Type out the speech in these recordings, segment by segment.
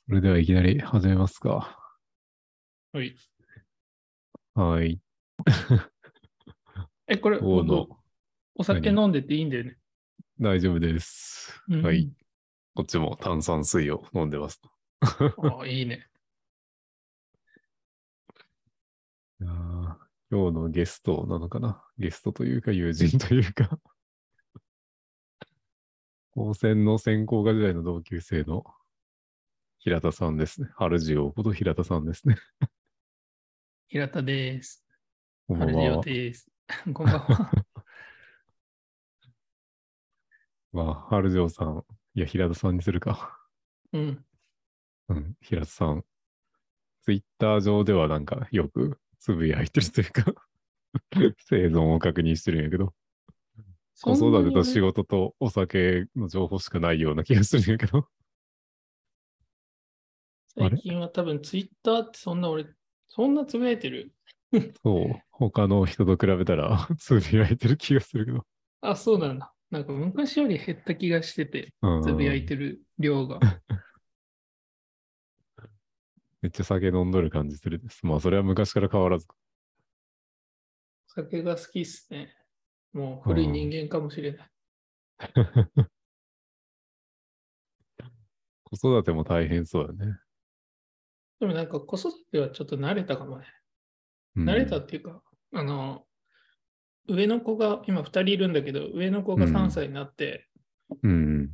それではいきなり始めますか。 はい。 はい。 これ、 今日の、 僕、お酒何飲んでていいんだよね。 大丈夫です。はい。 うん。 こっちも炭酸水を飲んでます。 ああ、いいね。 いやー今日のゲストなのかな、ゲストというか友人というか高専の専攻科時代の同級生の平田さんですね。春次郎こと平田さんですね。 平田です。 こんばん春ジオは。 です。こんばんは。 まあ、春次郎さん。いや、平田さんにするか。 うん。 うん、平田さん。ツイッター上ではなんかよくつぶやいてるというか生存を確認してるんやけど、子そんな育てと仕に俺、 事とお酒の情報しかないような気がするんやけど。あれ最近は多分ツイッターってそんな俺、そんなつぶやいてる？ そう。他の人と比べたらつぶやいてる気がするけど。 あ、そうなんだ。なんか昔より減った気がしてて、 うつぶやいん。 てる量が。 めっちゃ酒飲んどる感じするです。まあ、それは昔から変わらず。 お酒が好きっすね。もう古い人うん。 間かもしれない。 子育ても大変そうだね。 でもなんか子育てはちょっと慣れたかもね。慣れたうん。 っていうか、あの、上の子が、今2人いるんだけど、上の子が3 うん。 歳になって、 うん。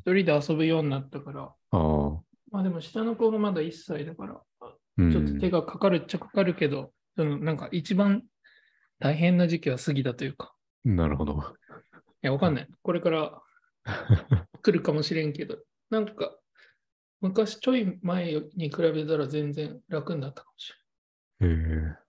1人で遊ぶようになったから、 ああ。 まあでも下の子がまだ1歳だから、 うちょっと手ん。 がかかるっちゃかかるけど、そのなんか一番大変な時期は過ぎたというか、 なるほど。 いや、わかんない。これから来るかもしれんけど、なんか昔ちょい前に比べたら全然楽になったかもしへえ。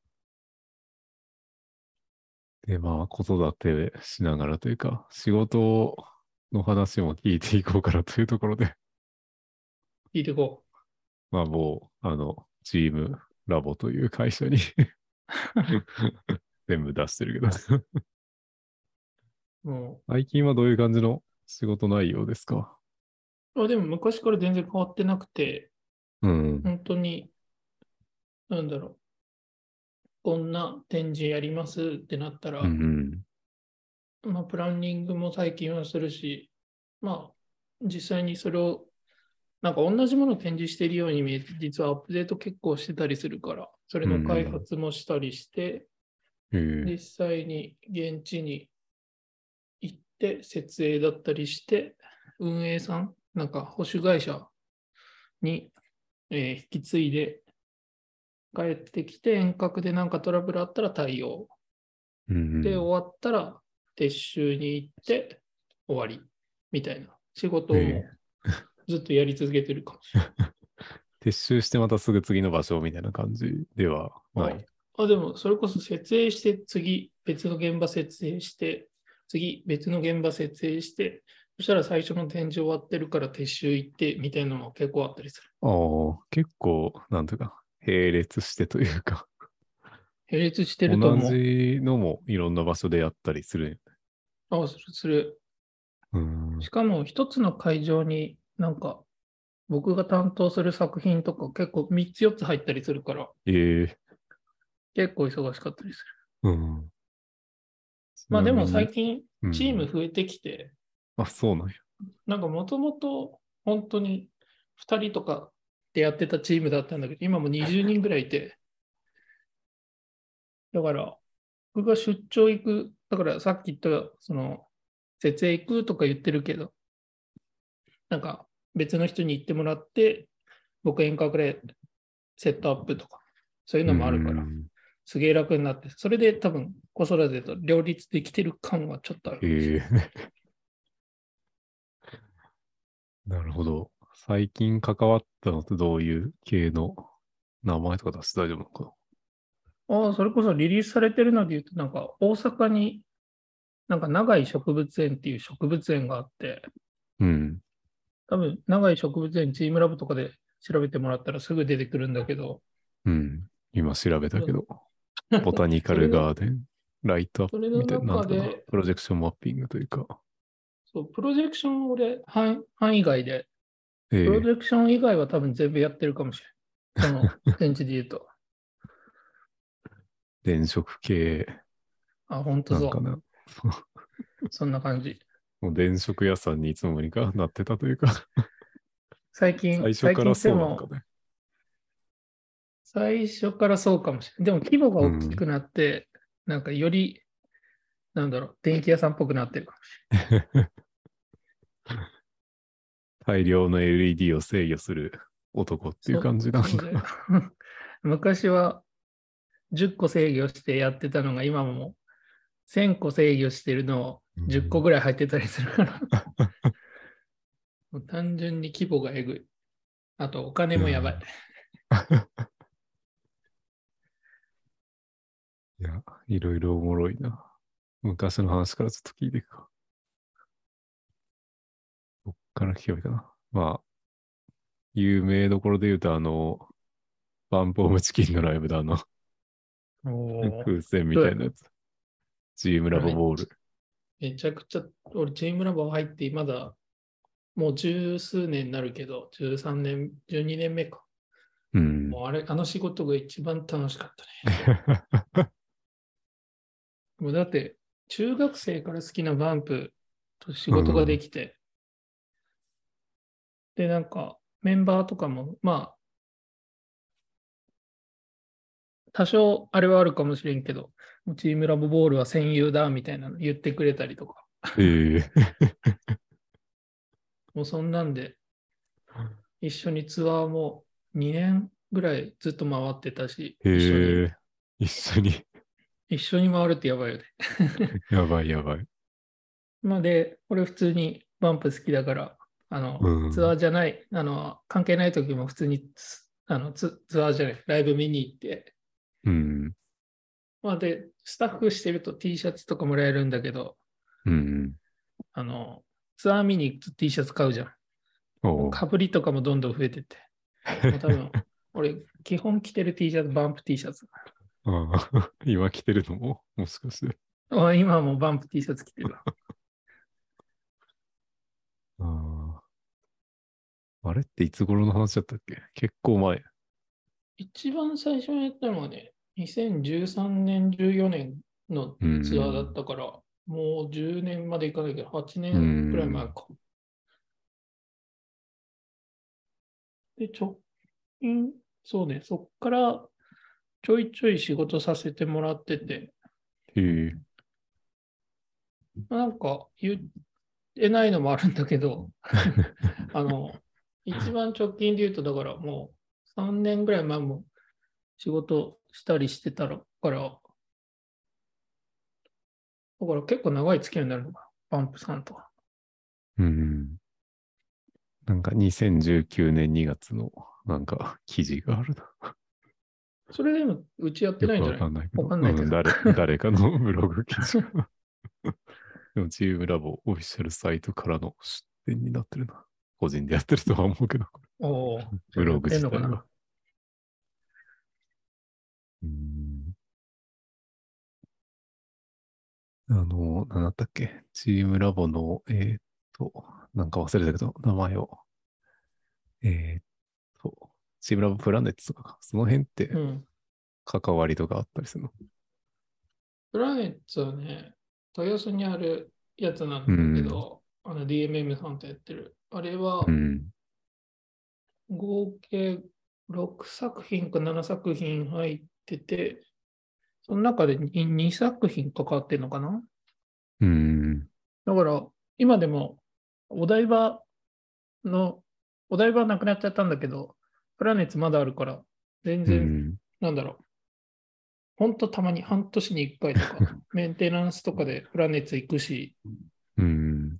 で、まあ、子育てしながらというか、仕事の話も聞いていこうかなというところで、 れない。聞いてこまあ、もう、チームラボという会社に全部出してるけどう。も最近はどういう感じの仕事内容ですか？ でも昔から全然変わってなくて、 うん。 本当に、なんだろう、こんな展示やりますってなったうら、 ん。 まあ、プランニングも最近はするし、まあ、実際にそれを、なんか同じものを展示しているように見えて、実はアップデート結構してたりするから、それうん。うの開ん。 発もしたりして、 へえ。 実際に現地に行って設営だったりして、運営さん、なんか保守会社に、引き継いで帰ってきて、遠隔でなんかトラブルあったら対応。 うん。 で、終わったら撤収に行って終わりみたいな仕事をもへえ。 うずっとやり続けてるかもし撤収してまたすぐ次の場所みたいな感じではなれない。 い？ でもそれこそ設営して、次別の現場設営して、次別の現場設営して、そしたら最初の展示終わってるから撤収行ってみたいなのも結構あったりする。 ああ、結構、なんていうか、並列してというか、 並列してると同思じのもいろんな場所でやったりするんやね。 う。するする。 うん。 しかも一つの会場になんか僕が担当する作品とか結構3つ4つ入ったりするからええ。 結構忙しかったりする。 うん。ちまあでもなみに、 最近チームうん。 増えてきて、 あ、そうなんや。 なんかもともと本当に2人とかでやってたチームだったんだけど、今も20人ぐらいいて、だから僕が出張行く、だからさっき言ったその設営行くとか言ってるけど、なんか別の人に行ってもらって、僕遠隔でセットアップとか、そういううのもあるから、 ん。 すげえ楽になって、それで多分子育てと両立できてる感はちょっとあるかもしええ。なるほど。最近関わったのってどういう系の名前とか出して大丈夫なのかれない。それこそリリースされてるので言うと、なんか大阪になんか長井植物園っていう植物園があって、 な？うん。 多分長井植物園チームラボとかで調べてもらったらすぐ出てくるんだけど、 うん。今調べたけど、ボタニカルそれの、 ガーデン、ライトアップそれのみたいな、なん中とかな、 で、 プロジェクションマッピングというか。 そう、プロジェクションを俺、範囲外でええ、 プロジェクション以外は多分全部やってるかもしれない。その電池で言うと。 電飾系、 あ、ほんとそなんかな。 う。そんな感じ。 もう電飾屋さんにいつの間にかなってたというか最近最初からっても、 そうなんかね。 最初からそうかもしれない。でも規模がうん。 大きくなって、なんかより、なんだろう、電気屋さんっぽくなってるかもし大量の LED を制御する男っていう感じなんそうで。 だな。 昔は10個制御してやってたのが、今も1000個制御してるのを10個うん。 ぐらい入ってたりするから、もう単純に規模がえぐい。あと、お金もやばい。 うん。いや、いろいろおもろいな。昔の話からちょっと聞いていくか。どっから聞けばいいかな。まあ、有名どころで言うと、バンプオブチキンのライブでおー、 風船みどうやたいなやつ。チームラあれボボール。 めちゃくちゃ、俺、チームラボ入ってまだもう十数年になるけど、13年、12年目か。 うん。 もうあれ、あの仕事が一番楽しかったね。もうだって、中学生から好きなバンプと仕事がでうん。 きて、で、なんか、メンバーとかも、まあ、多少あれはあるかもしれんけど、チームラボボールは戦友だみたいなの言ってくれたりとか、 ええもうそんなんで、一緒にツアーも2年ぐらいずっと回ってたし、一緒に。 へえ、一緒に。 一緒に回るってやばいよね。 やばいやばい。 まあで、俺普通にバンプ好きだから、 うツアーん。 じゃない、関係ない時も普通にツアーじゃない、ライブ見に行って、 うん。 まあで、スタッフしてると T シャツとかもらえるんだけど、 うん。 あの、ツアー見に行くと T シャツ買うじゃん。もうおう。 かぶりとかもどんどん増えてって、もう多分、俺、基本着てる T シャツ、バンプ T シャツ。 ああ、今着てるのも、もしかして。 今はもうバンプ T シャツ着てるわ。 ああ、あれっていつ頃の話だったっけ？結構前。 一番最初にやったのはね、2013年、14年のうツアーだっん。 たから、もう10年までいかないけど、8 う年くらい前ん。 か。で、直近、そうね、そっからちょいちょい仕事させてもらってて、 へえ。 なんか言ってないのもあるんだけど、あの、一番直近で言うと、だからもう3年ぐらい前も仕事したりしてたから、だから結構長い付き合いになるのかな、パンプさんとは。 うん。なんか2019年2月のなんか記事があるな。 それでもうちやってよくわないんじゃないの？わかんないけど。うん、 かんないけど。 誰かのブログ記事が。でもチームラボオフィシャルサイトからの出展になってるな。個人でやってるとは思うけど、 おお、じゃあやっブログてんのかな。 自体は。うん。なんだったっけ？チームラボの、なんか忘れたけど、名前を。えーっチームラボプラネッツとかか、その辺ってうん。 関わりとかあったりするの？ プラネッツはね、豊洲にあるやつなんだけうん。 ど、DMM さんとやってる。あれはうん。 合計6作品か7作品入ってて、その中で2作品関わってるのかな。 うん。 だから、今でもお台場の、お台場なくなっちゃったんだけど、プラネッツまだあるから、全然、 うん。 なんだろう、本当たまに半年に1回とか、メンテナンスとかでプラネッツ行くし、 うん。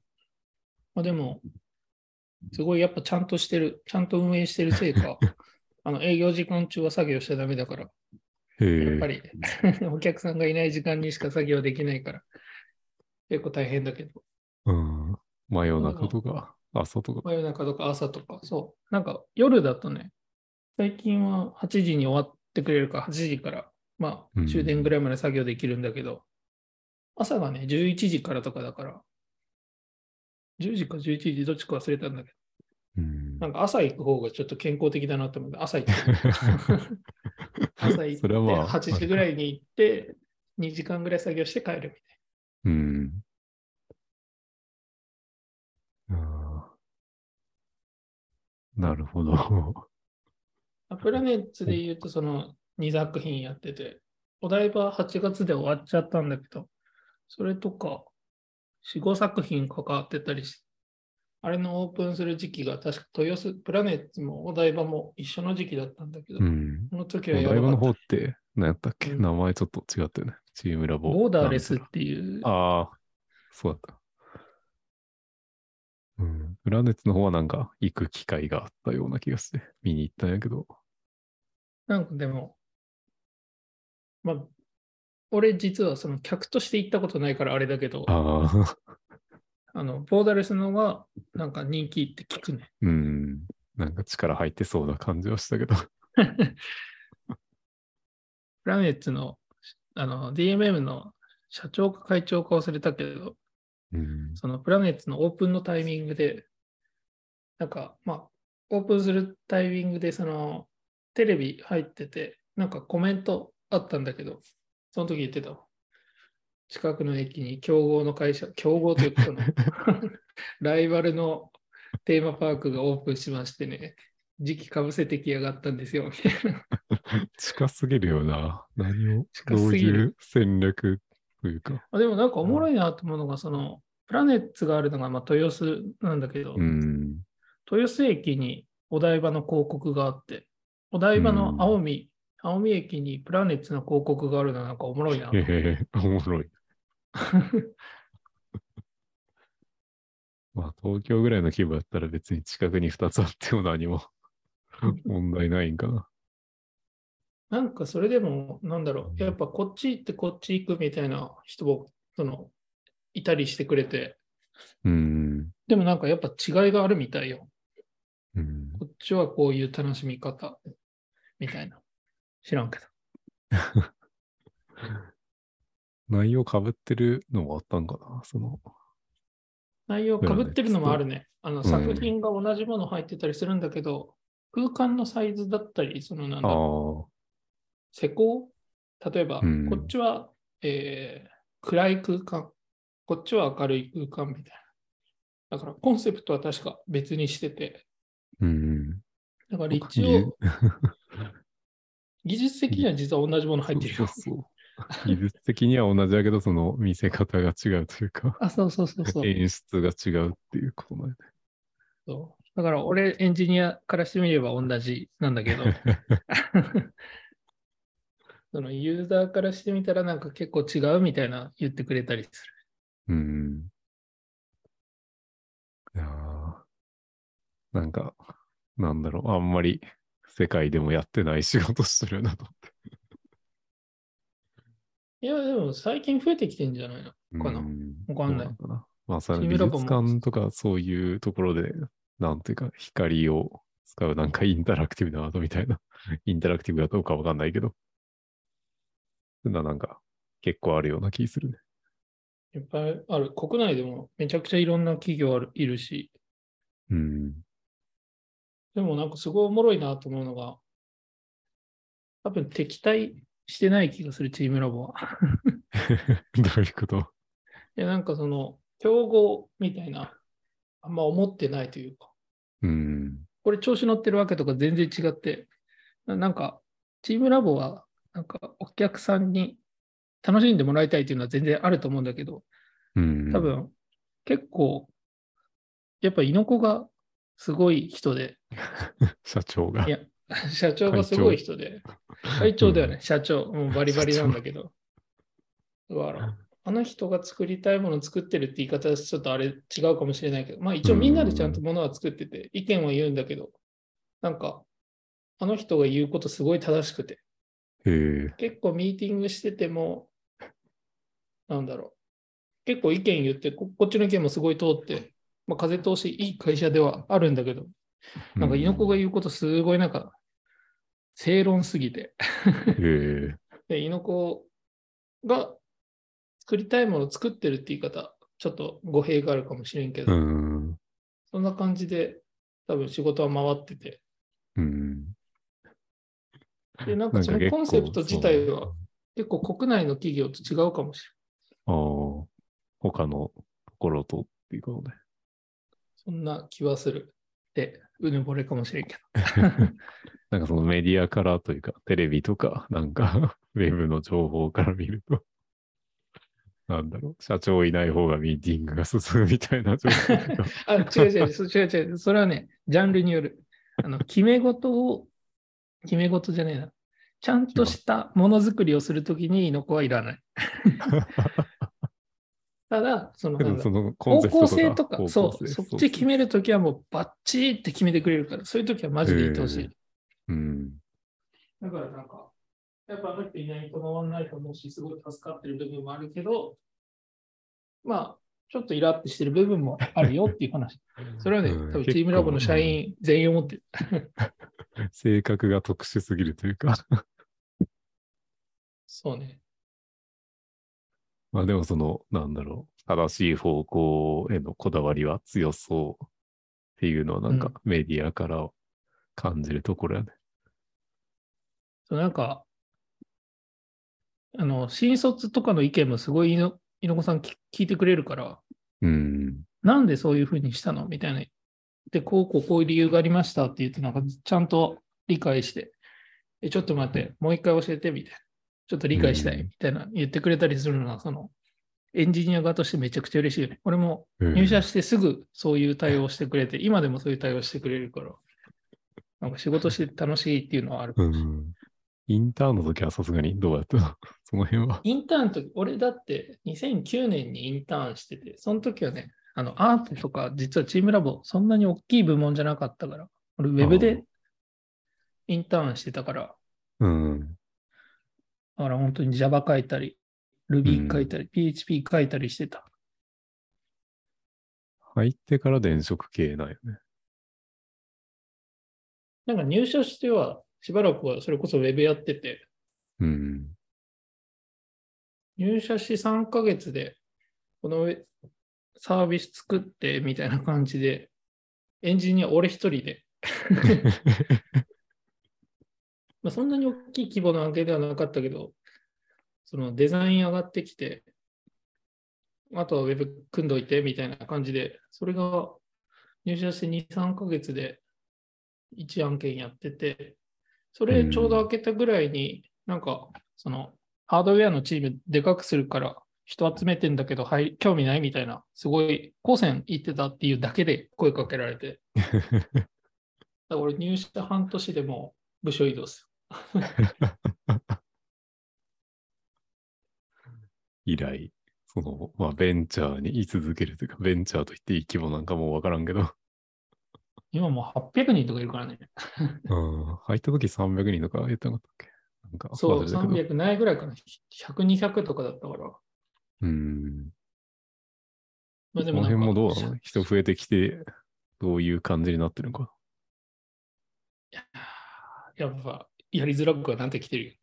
まあ、でも、すごいやっぱちゃんとしてる、ちゃんと運営してるせいか、営業時間中は作業しちゃダメだから、 へえ。 やっぱりお客さんがいない時間にしか作業できないから、結構大変だけど。 うん。真夜まあ、でも、 中とか、朝とか。 真夜中とか朝とか、そう。なんか夜だとね、最近は8時に終わってくれるから、8時から、まあう終電ぐん。 らいまで作業できるんだけど、朝がね、11時からとかだから、10時か11時どっちか忘れたんだけど、 うん。 なんか朝行く方がちょっと健康的だなと思って、朝行ってる。朝行ってそれはま 8 あ、あ時ぐらるか。 いに行って、2時間ぐらい作業して帰るみたいうん。あー、なるほど。 な。プラネッツで言うと、その2作品やってて、お台場8月で終わっちゃったんだけど、それとか4、5作品関わってたりして、あれのオープンする時期が確か豊洲、プラネッツもお台場も一緒の時期だったんだけど、 うん。 その時はお台場のやばかったね。 方って、何やったっけ、 うん。 名前ちょっと違ったよね。チームラボ、 ボーダーなんちゃら。 レスっていう、 ああ、そうだった。うん。裏熱の方はなんか行く機会があったような気がして、見に行ったんやけど。 なんかでも、まあ、俺実はその客として行ったことないからあれだけど、 ああ、 ボーダーレスのがなんか人気って聞くね。 うん。なんか力入ってそうな感じはしたけど。 プラネッツのDMM の社長か会長か忘れたけど、 うん。 そのプラネッツのオープンのタイミングで、なんか、まあ、オープンするタイミングで、テレビ入ってて、なんかコメントあったんだけど、その時言ってたわ。近くの駅に競合の会社、競合というか、ライバルのテーマパークがオープンしましてね、時期かぶせてきやがったんですよ、みたいな。 近すぎるよな。何を、 近どういすぎる。 う戦略というか。 でもなんかおもろいなと思うのが、プラネッツがあるのがまあ豊洲なんだけうど、 ん。 豊洲駅にお台場の広告があって、お台う場のん。 青海駅にプラネッツの広告があるのはなんかおもろいなと。 へへ、おもろい。まあ、東京ぐらいの規模だったら別に近くに2つあっても何も問題ないんかな。 なんかそれでも、なんだろう、やっうん。 ぱこっち行ってこっち行くみたいな人も、いたりしてくれて、 うん。 でもなんかやっぱ違いがあるみたいよ。 うん。 こっちはこういう楽しみ方みたいな。知らんけど。 内容被ってるのもあったんかな、その、 内容プラかぶってるネッツと。 のもあるね。 うん。 作品が同じもの入ってたりするんだけど、空間のサイズだったり、なんあだろう、 あ、 施工例えば、こっうん。 ちは、暗い空間、こっちは明るい空間みたいな。だからコンセプトは確か別にしてて、 うん。 だからそうか、 一応、技術的にぎは実は同じもの入そうってるよ。 そうそう。技術的には同じだけど、その見せ方が違うというか、 あ、そうそうそうそう。 演出が違うっていうことなんだから俺エンジニアからしてみれば同じなんだけど、 ね。 そのユーザーからしてみたらなんか結構違うみたいな言ってくれたりする。 うん。いやー、なんか、なんだろう、あんまり世界でもやってない仕事してるなと。 いや、でも最近増えてきてんじゃないのうかな。 ん。 わかんない。 どうなんかな。まあ、そのチーム美術ラボも、 館とかそういうところで、なんていうか、光を使うなんかインタラクティブなアートみたいな、インタラクティブだどうかわかんないけど、そんななんか結構あるような気するね。 いっぱいある。国内でもめちゃくちゃいろんな企業いるし、 うん。 でもなんかすごいおもろいなと思うのが、多分敵対してない気がする、チームラボは。 どういうこと？ いや、なんか競合みたいな、あんま思ってないというか、 うん。 これ調子乗ってるわけとか全然違って、なんか、チームラボは、なんかお客さんに楽しんでもらいたいというのは全然あると思うんだけど、 うん。 多分、結構、やっぱ猪子がすごい人で、 社長が、 いや、社長がすごい会長。 人で、会うん。 長だよね、社長、もうバリバリな社長。 んだけど、だから、あの人が作りたいものを作ってるって言い方はちょっとあれ違うかもしれないけど、まあう一応みんなでちゃんとん。 ものは作ってて、意見は言うんだけど、なんか、あの人が言うことすごい正しくて、 へえ。 結構ミーティングしてても、なんだろう、結構意見言って、こっちの意見もすごい通って、まあ、風通しいい会社ではあるんだけど、 うなんか猪子がん。 言うことすごいなんか正論すぎてへえ。 で、猪子が作りたいものを作ってるって言い方、ちょっと語弊があるかもしれんけうど、 ん。 そんな感じで、 多分仕事は回ってて。 うん。 で、なんかなんかそのコンセプ結構、 ト自体は結構国内の企業と違うかもしれない。 他のところとっていうことで。 そんな気はする。で、うぬぼれかもしれんけど。 なんかそのメディアからというか、テレビとか、なんかウェブの情報から見ると、なんだろう、社長いない方がミーティングが進むみたいな状況とか。 あ、違う違う、違う違う。それはね、ジャンルによる。決め事じゃねえな。ちゃんとしたものづくりをするときに猪子はいらない。ただ、 けど、そのコンセプ方向トとか性とか、そう、 方向性、 そっそうそう。 ち決めるときはもうバッチリって決めてくれるから、そういうときはマジでいてほしい。 うん。 だからなんか、やっぱあの人いないと回らないと思うし、すごい助かってる部分もあるけど、まあ、ちょっとイラってしてる部分もあるよっていう話。それはね、 うん、 多分チ結構、 ームラボの社員全員思ってる。 性格が特殊すぎるというかそうね。 まあでもその、なんだろう、正しい方向へのこだわりは強そうっていうのはなんかうん。 メディアから感じるところやね。 なんか、新卒とかの意見もすごい猪子さん聞いてくれるから、 うん。 なんでそういうふうにしたのみたいな。で、こういう理由がありましたって言って、なんかちゃんと理解して、ちょっと待って、もう一回教えて、みたいな。ちょっと理う解したい、みん。 たいな言ってくれたりするのは、エンジニア側としてめちゃくちゃ嬉しいよね。俺も入社うん。 してすぐそういう対応してくれて、今でもそういう対応してくれるから、なんか仕事して楽しいっていうのはあるかうもしれない。 ん。インターンの時はさすがにどうやったのその辺は。 インターンの時、俺だって2009年にインターンしてて、その時はね、アートとか実はチームラボ、そんなに大きい部門じゃなかったから、俺ウェブでああ。 インターンしてたから、 うん。 だから本当に Java 書いたり、 う Ruby 書いん。 たり、PHP 書いたりしてた。 入ってから転職系なんよね。 なんか入社しては、しばらくはそれこそウェブやってて、 うん。 入社し3ヶ月で、このサービス作ってみたいな感じで、エンジニア俺一人でまあそんなに大きい規模なわけではなかったけど、そのデザイン上がってきて、あとはウェブ組んどいてみたいな感じで、それが入社して2、3ヶ月で1案件やってて、そうれちょうどん。 開けたぐらいに、なんか、ハードウェアのチームでかくするから人集めてんだけど、はい、興味ないみたいな、すごい、高専行ってたっていうだけで声かけられて、だから俺入社半年でもう部署移動す以来、その、まあ、ベンチャーに居続けるというか、ベンチャーと言っていい規模なんかもうわからんけど、 今もう800人とかいるからね。 うん、入った時300人とか言ってなかったっけなんか忘そう、 れたけど。 300ないぐらいかな。100、200とかだったから。 うん。 まあでこの辺ももなんか、 どうなの人増えてきて、どういう感じになってるのか。 やっぱやりづらくはなってきてるよ。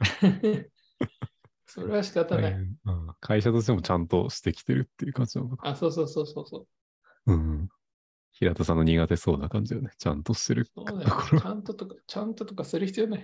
それは仕方ない。 大変。うん、会社としてもちゃんとしてきてるっていう感じなのかあ、そうそうそうそうそう。 な。うん。平田さんの苦手そうな感じだよね。ちゃんとしてるそうだよ。 ところ。 ちゃんととかする必要ない。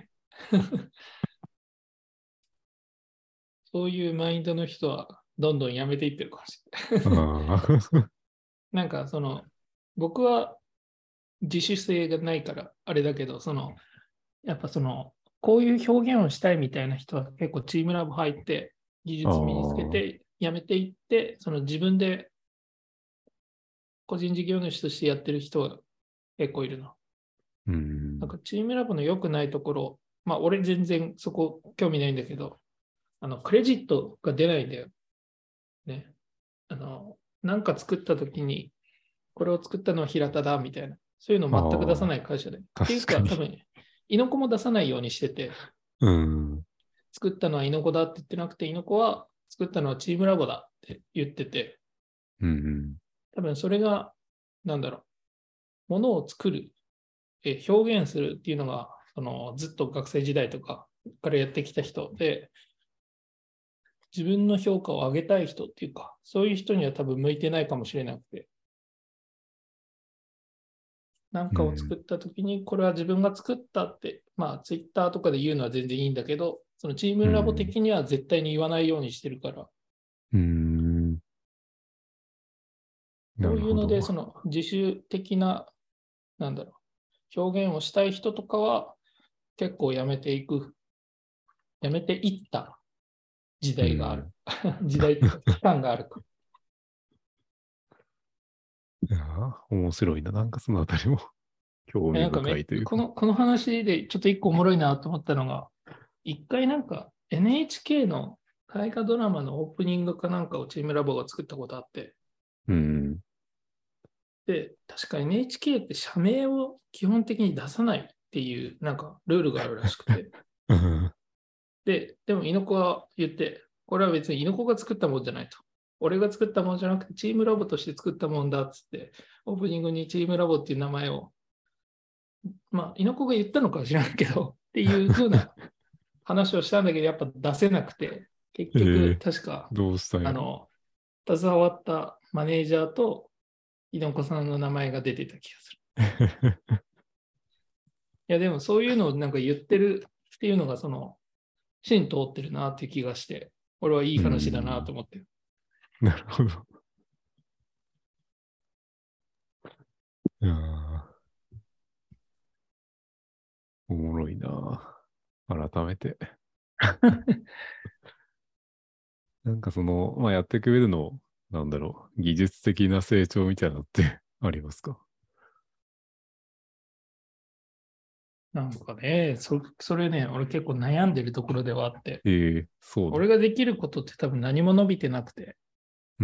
そういうマインドの人はどんどんやめていってるかもしれない。 ああ。 なんか僕は自主性がないからあれだけど、やっぱこういう表現をしたいみたいな人は結構チームラボ入って技あ術身につけあ。 てやめていって、自分で個人事業主としてやってる人が結構いるの。 うん。 なんかチームラボの良くないところ、まあ俺全然そこ興味ないんだけど、クレジットが出ないんだよ。ね。なんか作った時に、これを作ったのは平田だみたいな、そういうのあ全く出さあ。 ない会社で。っていうか、 確かに。 多分、猪子も出さないようにしてて、 うん。 作ったのは猪子だって言ってなくて、猪子は作ったのはチームラボだって言ってて、 うん。 多分それが、なんだろう、ものを作る、表現するっていうのが、ずっと学生時代とかからやってきた人で、自分の評価を上げたい人っていうか、そういう人には多分向いてないかもしれなくて、 なんかを作ったときに、これは自分が作ったって、まあ、ツイッターとかで言うのは全然いいんだけど、そのチームラボ的には絶対に言わないようにしてるから、 なるほど。 そういうので、その自主的な、なんだろう、表現をしたい人とかは、結構やめていった時代がある。時代っていうか、期間があるか。 いやー、面白いな。なんかそのあたりも興味なんか深いというか。 この話でちょっと一個おもろいなと思ったのが、一回なんか NHK の大河ドラマのオープニングかなんかをチームラボが作ったことあって、 うん。 で、確か NHK って社名を基本的に出さないっていうなんかルールがあるらしくて、でも猪子は言って、これは別に猪子が作ったもんじゃないと。俺が作ったもんじゃなくてチームラボとして作ったもんだっつって、オープニングにチームラボっていう名前を、まあ、猪子が言ったのかは知らんけど、っていう風な話をしたんだけど、やっぱ出せなくて、結局、確か、 どうしたんやろ。 あの、携わったマネージャーと猪子さんの名前が出てた気がする。いや、でもそういうのをなんか言ってるっていうのが、その、芯通ってるなっていう気がして、俺はいい話だなと思ってる。 なるほど。いやーおもろいな。改めて。なんかその、まあ、やっていく上での、なんだろう、技術的な成長みたいなのってありますか？ なんかね、それね、俺結構悩んでるところではあって、 そうだ。 俺ができることって多分何も伸びてなくて、 うん。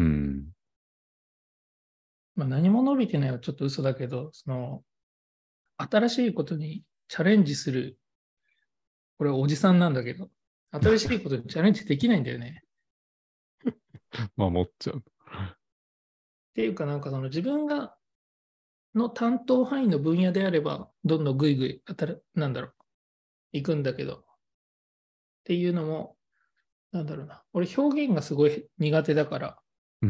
まあ、何も伸びてないはちょっと嘘だけど、その、新しいことにチャレンジする、これはおじさんなんだけど、新しいことにチャレンジできないんだよね。 守っちゃう。 っていうかなんかその自分がの担当範囲の分野であれば、どんどんぐいぐい、なんだろう、行くんだけど、っていうのも、なんだろうな、俺表現がすごい苦手だから、 うん。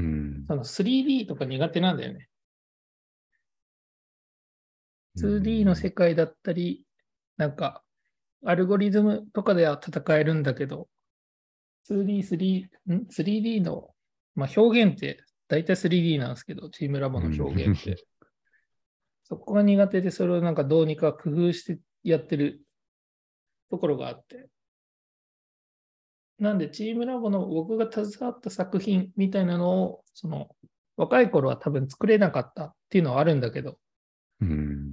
その 3D とか苦手なんだよね。 う 2D のん。 世界だったり、なんか、アルゴリズムとかでは戦えるんだけど、3D の、まあ、表現って大体 3D なんですけど、チームラボの表現って。そこが苦手で、それをなんかどうにか工夫してやってるところがあって。なんで、チームラボの僕が携わった作品みたいなのを、その、若い頃は多分作れなかったっていうのはあるんだけど、 うん。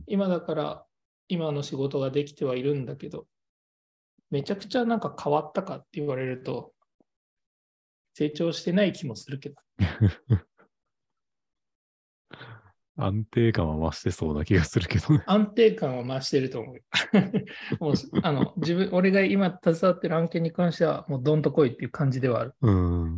今だから今の仕事ができてはいるんだけど、めちゃくちゃなんか変わったかって言われると、成長してない気もするけど。 安定感は増してそうな気がするけどね。 安定感は増してると思う。もう俺が今携わってる案件に関しては、もうどんと来いっていう感じではある。 うん。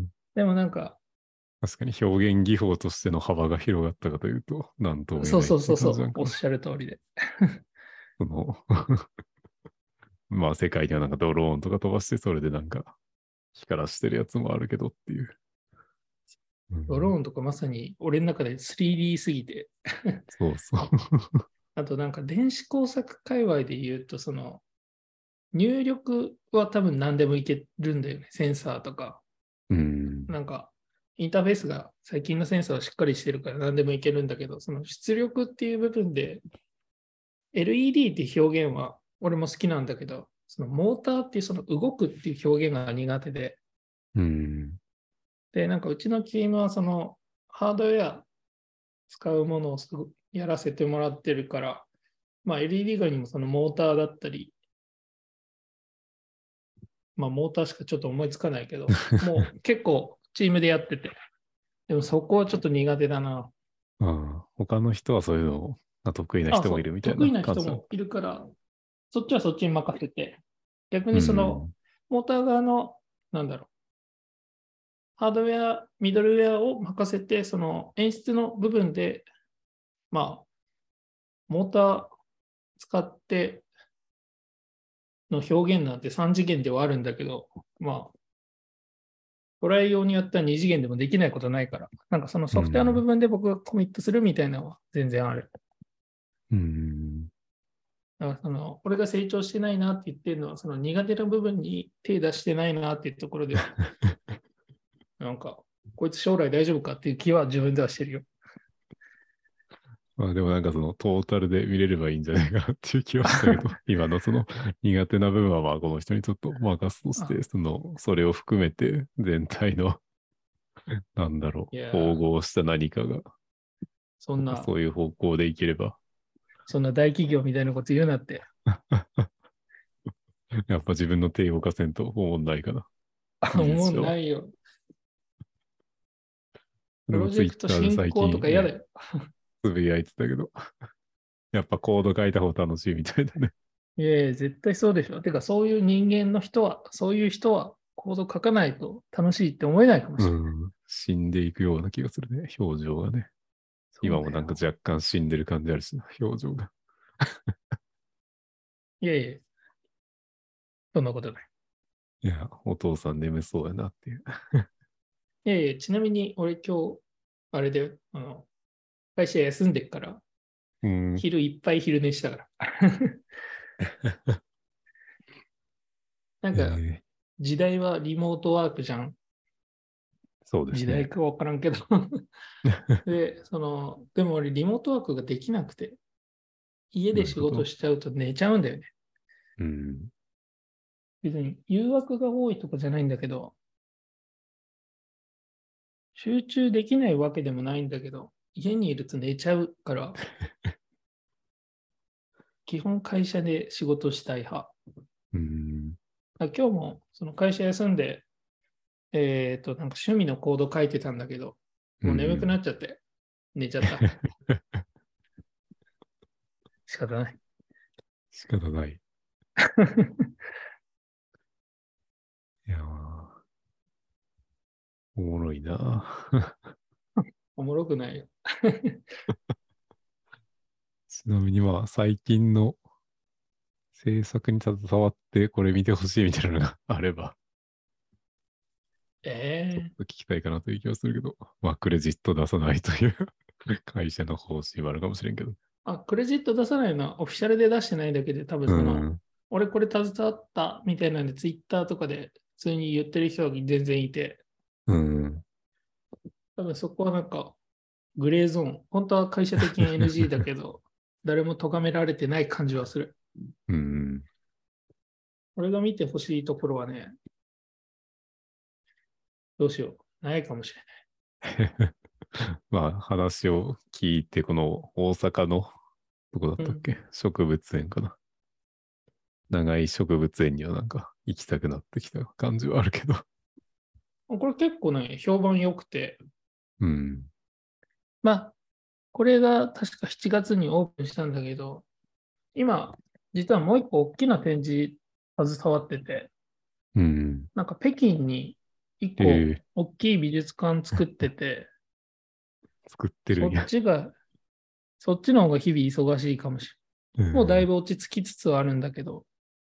でもなんか、 確かに表現技法としての幅が広がったかというと、なんとも言えそうそうないっていうそうそう、 感じなんかね。 おっしゃる通りで。 そのまあ世界ではなんかドローンとか飛ばして、それでなんか光らしてるやつもあるけどっていう。うん、 ドローンとかまさに俺の中で 3D すぎて、 そうそう。 あとなんか電子工作界隈で言うと、その入力は多分何でもいけるんだよね。センサーとか。 うん。 なんかインターフェースが最近のセンサーはしっかりしてるから何でもいけるんだけど、その出力っていう部分で LED っていう表現は俺も好きなんだけど、そのモーターっていうその動くっていう表現が苦手で、 うん。 で、なんかうちのチームはそのハードウェア使うものをすごくやらせてもらってるから、まあ LED 以外にもそのモーターだったり、まあモーターしかちょっと思いつかないけど、もう結構チームでやってて、でもそこはちょっと苦手だな。 ああ、他の人はそういうのが得意なあ、 人もいそう、 るみたいな得意な感じなの。 人もいるから、そっちはそっちに任せて、逆うにそのん。 モーター側の、なんだろう、ハードウェア、ミドルウェアを任せて、その演出の部分で、まあ、モーター使っての表現なんて3次元ではあるんだけど、まあ、トライ用によっては2次元でもできないことないから、なんかそのソフトウェアの部うん。 分で僕がコミットするみたいなのは全然ある。 だから俺が成長してないなって言ってるのは、その苦手な部分に手出してないなっていうところでは、なんか、こいつ将来大丈夫かっていう気は自分ではしてるよ。 まあでもなんかそのトータルで見れればいいんじゃないかなっていう気はしたけど、今のその苦手な部分はまあこの人にちょっと任すとしあ、 て、それを含めて全体の、なんだろう、統いや合した何かが、 そんな、 そういう方向でいければ、 そんな大企業みたいなこと言うなって。 やっぱ自分の手を動かせんと思んないかな、技思う術者は。 ないよ。プでもツイッロジェクトターで最進行と近ね、 か嫌だよ。 つぶやいてたけど、やっぱコード書いた方楽しいみたいだね。 いやいや、絶対そうでしょ。てか、そういう人間の人は、そういう人はコード書かないと楽しいって思えないかもしれない。 うん。死んでいくような気がするね、表情がね。今もなんかそうだよ。 若干死んでる感じあるしな、表情が。 いやいや、そんなことない。 いや、お父さん眠そうやなっていう。 いやいや、ちなみに俺今日、あれで、会社休んでっから、 うん。 昼いっぱい昼寝したから。なんか、 えー時代はリモートワークじゃん。 そうですね。 時代かわからんけどで、でも俺リモートワークができなくて、家で仕どういうこと？ 事しちゃうと寝ちゃうんだよね。 うん。 別に誘惑が多いとかじゃないんだけど、集中できないわけでもないんだけど、家にいると寝ちゃうから、基本会社で仕事したい派。 うん。 今日もその会社休んで、なんか趣味のコード書いてたんだけど、もう眠くなうん。 っちゃって寝ちゃった。仕方ない。 仕方ない。いやー、おもろいな。 おもろくないよ。 ちなみにまあ、最近の制作に携わってこれ見てほしいみたいなのがあれば、ちょっええと聞きたいかなという気はするけど、まあ、クレジット出さないという会社の方針はあるかもしれんけど。 クレジット出さないのはオフィシャルで出してないだけで、多分うん。 俺これ携わったみたいなんで、ツイッターとかで普通に言ってる人が全然いて、 うん。 多分そこはなんかグレーゾーン。本当は会社的に NG だけど、誰も咎められてない感じはする。 うん。 俺が見てほしいところはね、どうしよう。ないかもしれない。 まあ、話を聞いて、この大阪の、どこだっうん。 たっけ、植物園かな。長い植物園にはなんか行きたくなってきた感じはあるけど。 これ結構ね、評判良くて、 うん。 まあ、これが確か7月にオープンしたんだけど、今、実はもう一個大きな展示携わってて、 うん。 なんか北京に一個ええ、 大きい美術館作ってて、 作ってるそんや。 っちが、そっちの方が日々忙しいかもしれない。もうだいうん。 ぶ落ち着きつつはあるんだけど、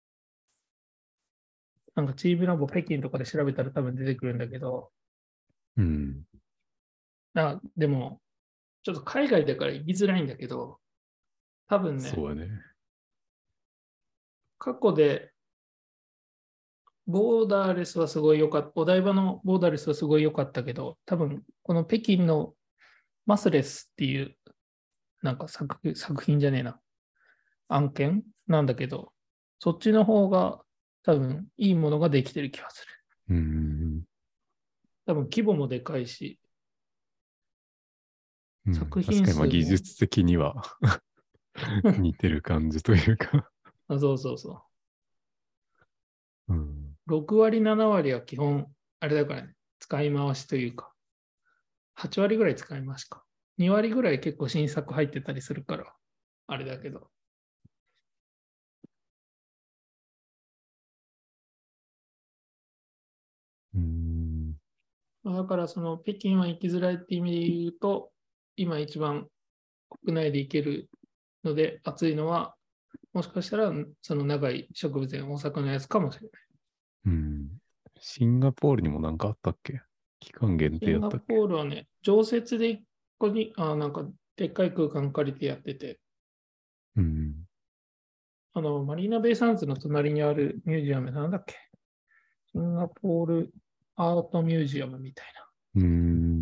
なんかチームラボ北京とかで調べたら多分出てくるんだけど、 うん。 でも、ちょっと海外だから行きづらいんだけど、多分ね、 そうやね。 過去でボーダーレスはすごい良かった。お台場のボーダーレスはすごい良かったけど、多分この北京のマスレスっていうなんか作品じゃねえな。案件なんだけど、そっちの方が多分いいものができてる気がする。 うん。 多分規模もでかいし、 うん。 作品確かにまあ数も、 技術的には似てる感じというか。 そうそうそうん。 う。6割、7割は基本、あれだからね、使い回しというか、8割ぐらい使い回しか。2割ぐらい結構新作入ってたりするから、あれだけど。 うん。 だからその北京は行きづらいって意味で言うと、今一番国内で行けるので暑いのは、もしかしたらその長い植物園大阪のやつかもしれない。 うん。シンガポールにもなんかあったっけ？期間限シンガ定やったっけ？ ポールはね、常設でここに、なんかでっかい空間借りてやってて、 うん。 マリーナベイサンズの隣にあるミュージアム、なんだっけ、シンガポールアートミュージアムみたいな。 うん。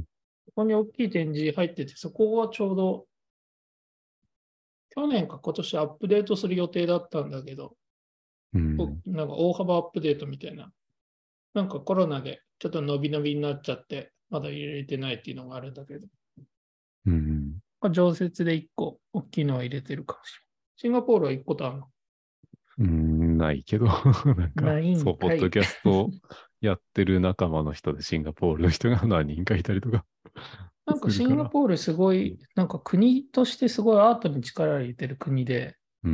そこに大きい展示入ってて、そこはちょうど去年か今年アップデートする予定だったんだけど、 うん。 なんか大幅アップデートみたいな。なんかコロナでちょっと伸び伸びになっちゃって、まだ入れてないっていうのがあるんだけど、 うん。 常設で1個大きいのは入れてるかもしれない。シンガポールは1個とあるの？ うん、ないけど、なんか、 ないそう、ポんかい。 ッドキャストやってる仲間の人でシンガポールの人が何人かいたりとかなんかシンガするから。 ポールすごい、なんか国としてすごいアートに力を入れてる国で、 うん。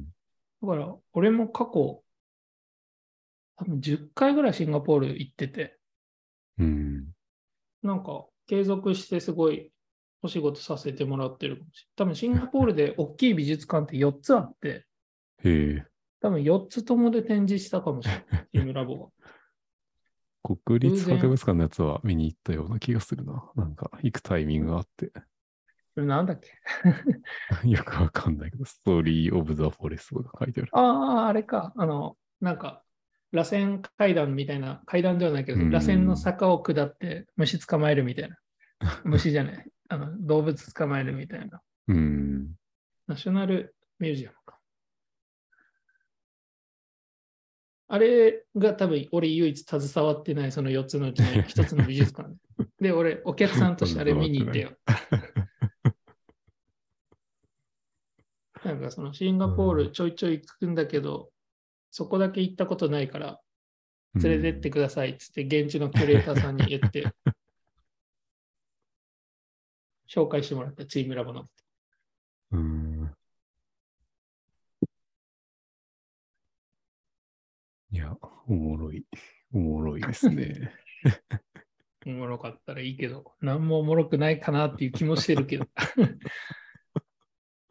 だから俺も過去多分10回ぐらいシンガポール行ってて、 うん。 なんか継続してすごいお仕事させてもらってるかもしれない。多分シンガポールで大きい美術館って4つあって、 へえ。 多分4つともで展示したかもしれない。チームラボが。 国偶然、 立博物館のやつは見に行ったような気がするな。なんか、行くタイミングがあって。 これなんだっけ？ よくわかんないけど、ストーリー・オブ・ザ・フォレストが書いてある。 ああ、あれか。なんか、螺旋階段みたいな、階段ではないけうど、螺旋のん。 坂を下って虫捕まえるみたいな。虫じゃない。動物捕まえるみたいな。 うん。 ナショナルミュージアムか。あれが多分俺唯一携わってないその4つのうちの1つの美術館で。で、俺お客さんとしてあれ見に行ってよ。なんかそのシンガポールちょいちょい行くんだけど、そこだけ行ったことないから連れてってくださいっつって現地のキュレーターさんに言って紹介してもらったチームラボの。 うん。いや、おもろい。おもろいですね。 おもろかったらいいけど、何もおもろくないかなっていう気もしてるけど。